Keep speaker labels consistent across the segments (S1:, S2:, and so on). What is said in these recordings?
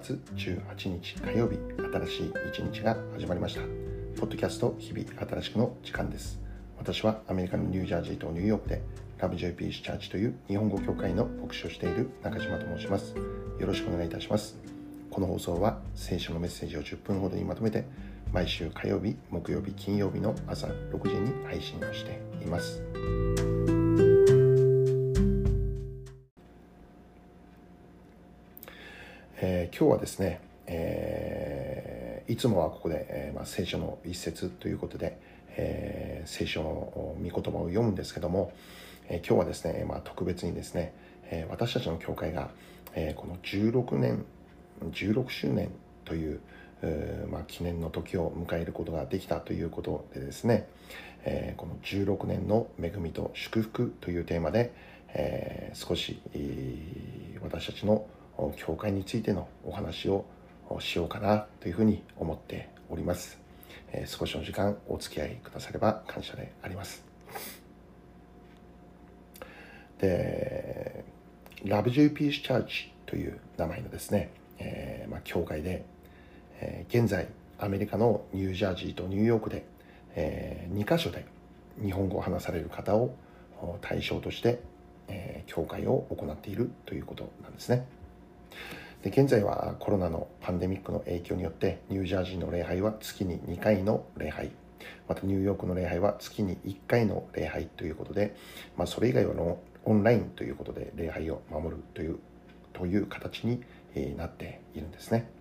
S1: 月18日火曜日、新しい一日が始まりました。ポッドキャスト日々新しくの時間です。私はアメリカのニュージャージーとニューヨークでラブジョイピースチャーチという日本語教会の牧師をしている中島と申します。よろしくお願いいたします。この放送は聖書のメッセージを10分ほどにまとめて毎週火曜日、木曜日、金曜日の朝6時に配信をしています。今日はですね、いつもはここで、聖書の一節ということで、聖書の御言葉を読むんですけども、今日はですね、特別にですね、私たちの教会が、この16周年という、記念の時を迎えることができたということでですね、この16年の恵みと祝福というテーマで、少し私たちの教会についてのお話をしようかなというふうに思っております。少しの時間お付き合いくだされば感謝であります。で、ラブジョイピースチャーチという名前のですね、教会で、現在アメリカのニュージャージーとニューヨークで、2カ所で日本語を話される方を対象として、教会を行っているということなんですね。で、現在はコロナのパンデミックの影響によってニュージャージーの礼拝は月に2回の礼拝、またニューヨークの礼拝は月に1回の礼拝ということで、それ以外はオンラインということで礼拝を守るという形になっているんですね。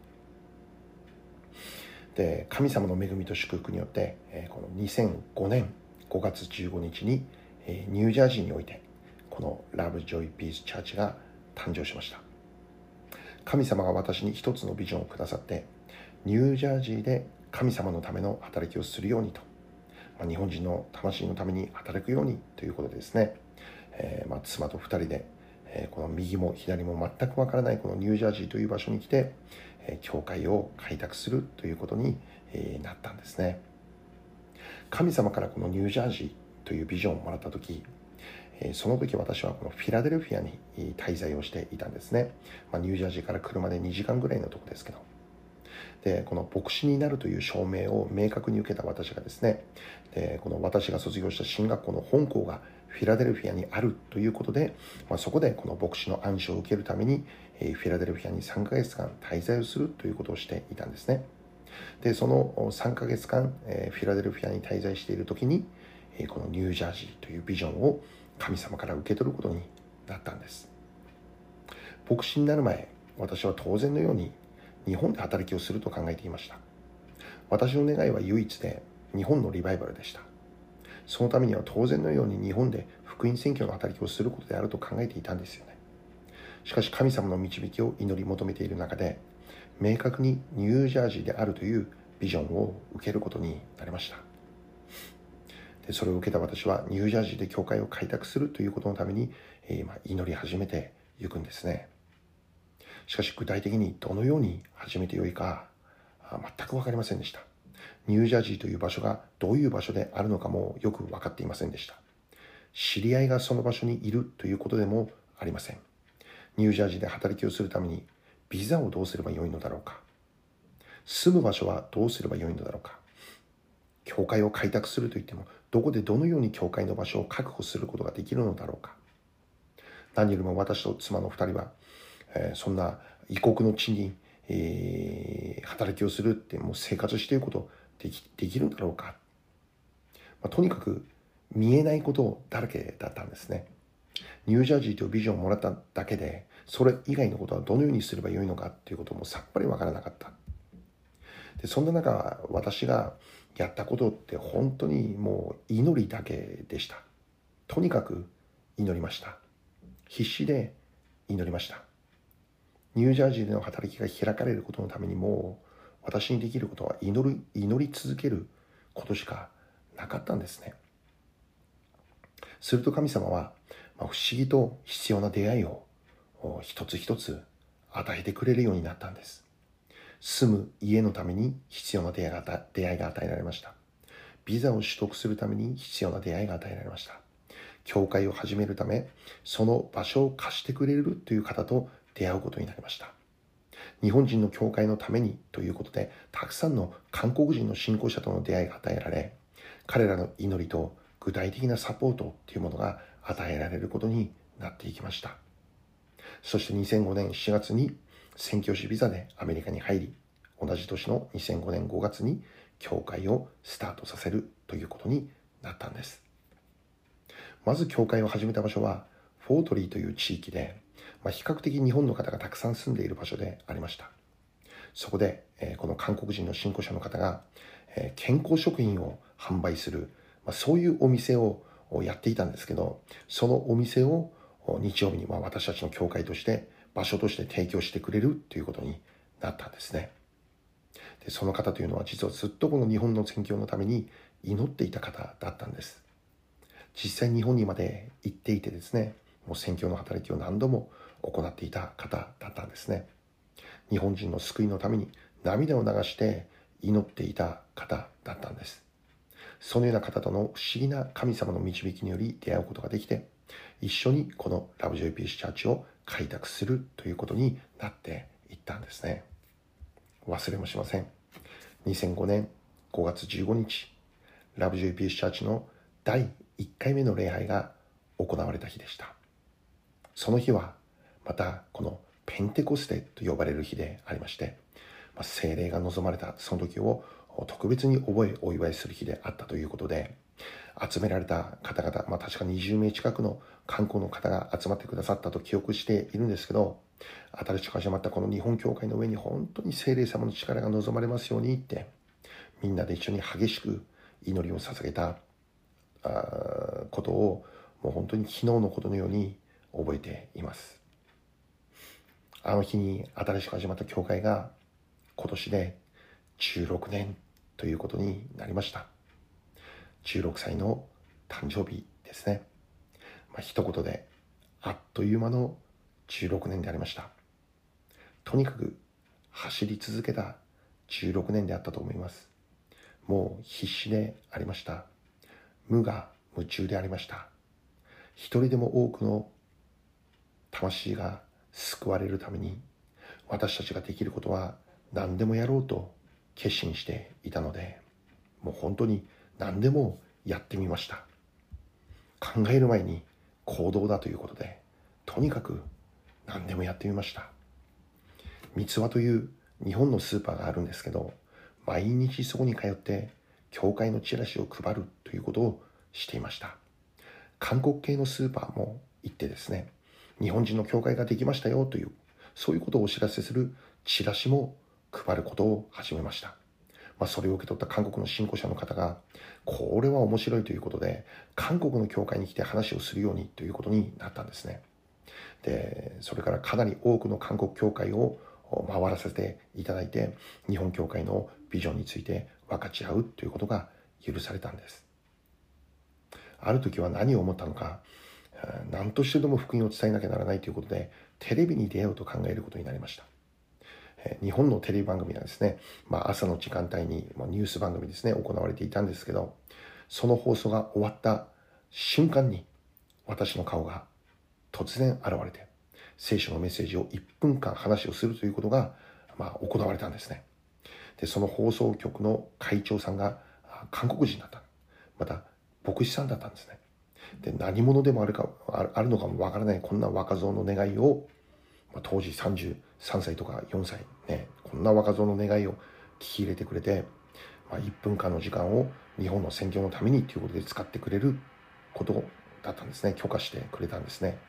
S1: で、神様の恵みと祝福によってこの2005年5月15日にニュージャージーにおいてこのラブジョイピースチャーチが誕生しました。神様が私に一つのビジョンをくださって、ニュージャージーで神様のための働きをするようにと、日本人の魂のために働くようにということでですね、妻と2人で、この右も左も全くわからないこのニュージャージーという場所に来て、教会を開拓するということになったんですね。神様からこのニュージャージーというビジョンをもらったとき、その時私はこのフィラデルフィアに滞在をしていたんですね。ニュージャージーから車で2時間ぐらいのとこですけど。で、この牧師になるという証明を明確に受けた私がですね、で、この私が卒業した進学校の本校がフィラデルフィアにあるということで、そこでこの牧師の暗唱を受けるためにフィラデルフィアに3ヶ月間滞在をするということをしていたんですね。で、その3ヶ月間フィラデルフィアに滞在している時にこのニュージャージーというビジョンを神様から受け取ることになったんです。牧師になる前、私は当然のように日本で働きをすると考えていました。私の願いは唯一で日本のリバイバルでした。そのためには当然のように日本で福音宣教の働きをすることであると考えていたんですよね。しかし神様の導きを祈り求めている中で、明確にニュージャージーであるというビジョンを受けることになりました。で、それを受けた私はニュージャージーで教会を開拓するということのために、祈り始めていくんですね。しかし具体的にどのように始めてよいか全く分かりませんでした。ニュージャージーという場所がどういう場所であるのかもよく分かっていませんでした。知り合いがその場所にいるということでもありません。ニュージャージーで働きをするためにビザをどうすればよいのだろうか。住む場所はどうすればよいのだろうか。教会を開拓するといってもどこでどのように教会の場所を確保することができるのだろうか。何よりも私と妻の2人は、そんな異国の地に、働きをするってもう生活していくことできるんだろうか。とにかく見えないことだらけだったんですね。ニュージャージーというビジョンをもらっただけで、それ以外のことはどのようにすればよいのかということもさっぱりわからなかった。で、そんな中、私がやったことって本当にもう祈りだけでした。とにかく祈りました。必死で祈りました。ニュージャージーでの働きが開かれることのためにも私にできることは祈り続けることしかなかったんですね。すると神様は不思議と必要な出会いを一つ一つ与えてくれるようになったんです。住む家のために必要な出会いが与えられました。ビザを取得するために必要な出会いが与えられました。教会を始めるため、その場所を貸してくれるという方と出会うことになりました。 日本人の教会のためにということで、たくさんの韓国人の信仰者との出会いが与えられ、彼らの祈りと具体的なサポートというものが与えられることになっていきました。そして2005年7月に宣教師ビザでアメリカに入り、同じ年の2005年5月に教会をスタートさせるということになったんです。まず教会を始めた場所はフォートリーという地域で、比較的日本の方がたくさん住んでいる場所でありました。そこでこの韓国人の信仰者の方が健康食品を販売する、そういうお店をやっていたんですけど、そのお店を日曜日に私たちの教会として場所として提供してくれるということになったんですね。でその方というのは実はずっとこの日本の宣教のために祈っていた方だったんです。実際日本にまで行っていてですね、もう宣教の働きを何度も行っていた方だったんですね。日本人の救いのために涙を流して祈っていた方だったんです。そのような方との不思議な神様の導きにより出会うことができて、一緒にこのラブジョイピースチャーチを開拓するということになっていったんですね。忘れもしません。2005年5月15日、ラブジョイピースチャーチの第1回目の礼拝が行われた日でした。その日はまたこのペンテコステと呼ばれる日でありまして、聖霊が望まれたその時を特別に覚えお祝いする日であったということで、集められた方々、確か20名近くの観光の方が集まってくださったと記憶しているんですけど、新しく始まったこの日本教会の上に本当に聖霊様の力が望まれますようにって、みんなで一緒に激しく祈りを捧げたことを、もう本当に昨日のことのように覚えています。あの日に新しく始まった教会が今年で16年ということになりました。16歳の誕生日ですね。一言であっという間の16年でありました。とにかく走り続けた16年であったと思います。もう必死でありました。無我夢中でありました。一人でも多くの魂が救われるために、私たちができることは何でもやろうと決心していたので、もう本当に何でもやってみました。考える前に行動だということで、とにかく何でもやってみました。三つ葉という日本のスーパーがあるんですけど、毎日そこに通って教会のチラシを配るということをしていました。韓国系のスーパーも行ってですね、日本人の教会ができましたよという、そういうことをお知らせするチラシも配ることを始めました。それを受け取った韓国の信仰者の方が、これは面白いということで、韓国の教会に来て話をするようにということになったんですね。で、それからかなり多くの韓国教会を回らせていただいて、日本教会のビジョンについて分かち合うということが許されたんです。ある時は何を思ったのか、何としてでも福音を伝えなきゃならないということで、テレビに出ようと考えることになりました。日本のテレビ番組はですね、朝の時間帯にニュース番組ですね、行われていたんですけど、その放送が終わった瞬間に私の顔が突然現れて、聖書のメッセージを1分間話をするということが行われたんですね。で、その放送局の会長さんが韓国人だった。また牧師さんだったんですね。で、何者でもあるのかもわからないこんな若造の願いを、当時33歳とか4歳ね、こんな若造の願いを聞き入れてくれて、1分間の時間を日本の宣教のためにということで使ってくれることだったんですね。許可してくれたんですね。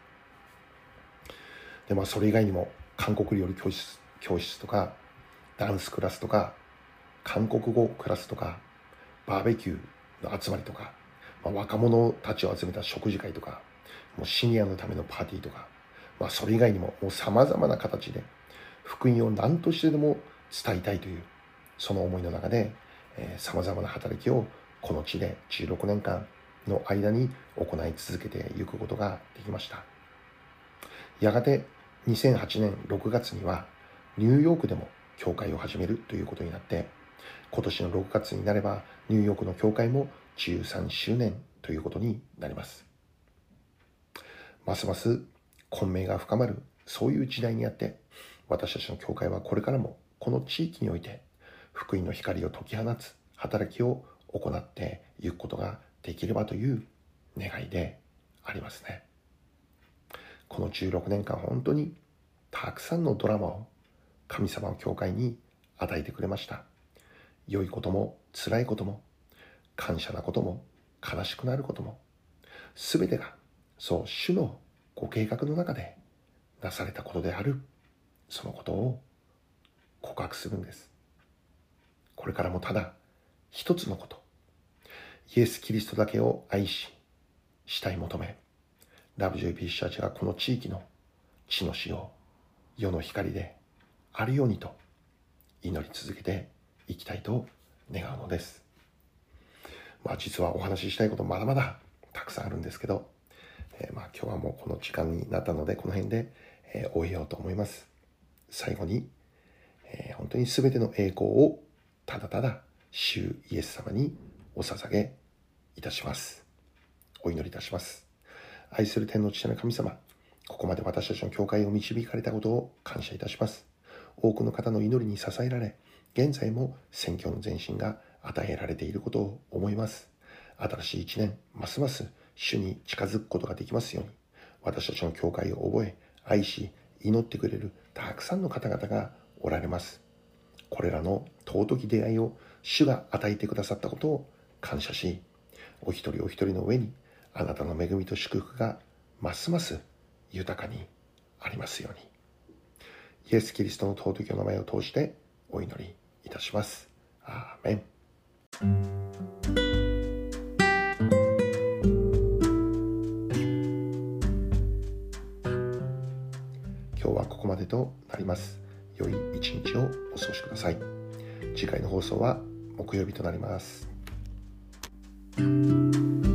S1: で、それ以外にも韓国料理教室とか、ダンスクラスとか、韓国語クラスとか、バーベキューの集まりとか、若者たちを集めた食事会とか、もうシニアのためのパーティーとか、それ以外にも様々な形で福音を何としてでも伝えたいという、その思いの中で、様々な働きをこの地で16年間の間に行い続けていくことができました。やがて2008年6月にはニューヨークでも教会を始めるということになって、今年の6月になればニューヨークの教会も13周年ということになります。ますます混迷が深まる、そういう時代にあって、 私たちの教会はこれからもこの地域において福音の光を解き放つ働きを行っていくことができればという願いでありますね。この16年間本当にたくさんのドラマを神様の教会に与えてくれました。良いことも辛いことも感謝なことも悲しくなることも全てがそう主のご計画の中でなされたことである、そのことを告白するんです。これからもただ一つのこと、イエス・キリストだけを愛し慕い求め、ラブジョイピースチャーチがこの地域の地の塩、世の光であるようにと祈り続けていきたいと願うのです。実はお話ししたいことまだまだたくさんあるんですけど、今日はもうこの時間になったのでこの辺で、終えようと思います。最後に、本当に全ての栄光をただただ主イエス様にお捧げいたします。お祈りいたします。愛する天の父なる神様、ここまで私たちの教会を導かれたことを感謝いたします。多くの方の祈りに支えられ、現在も宣教の前進が与えられていることを思います。新しい一年、ますます主に近づくことができますように、私たちの教会を覚え、愛し、祈ってくれるたくさんの方々がおられます。これらの尊き出会いを主が与えてくださったことを感謝し、お一人お一人の上にあなたの恵みと祝福がますます豊かにありますように。イエス・キリストの尊きお名前を通してお祈りいたします。アーメン。今日はここまでとなります。良い一日をお過ごしください。次回の放送は木曜日となります。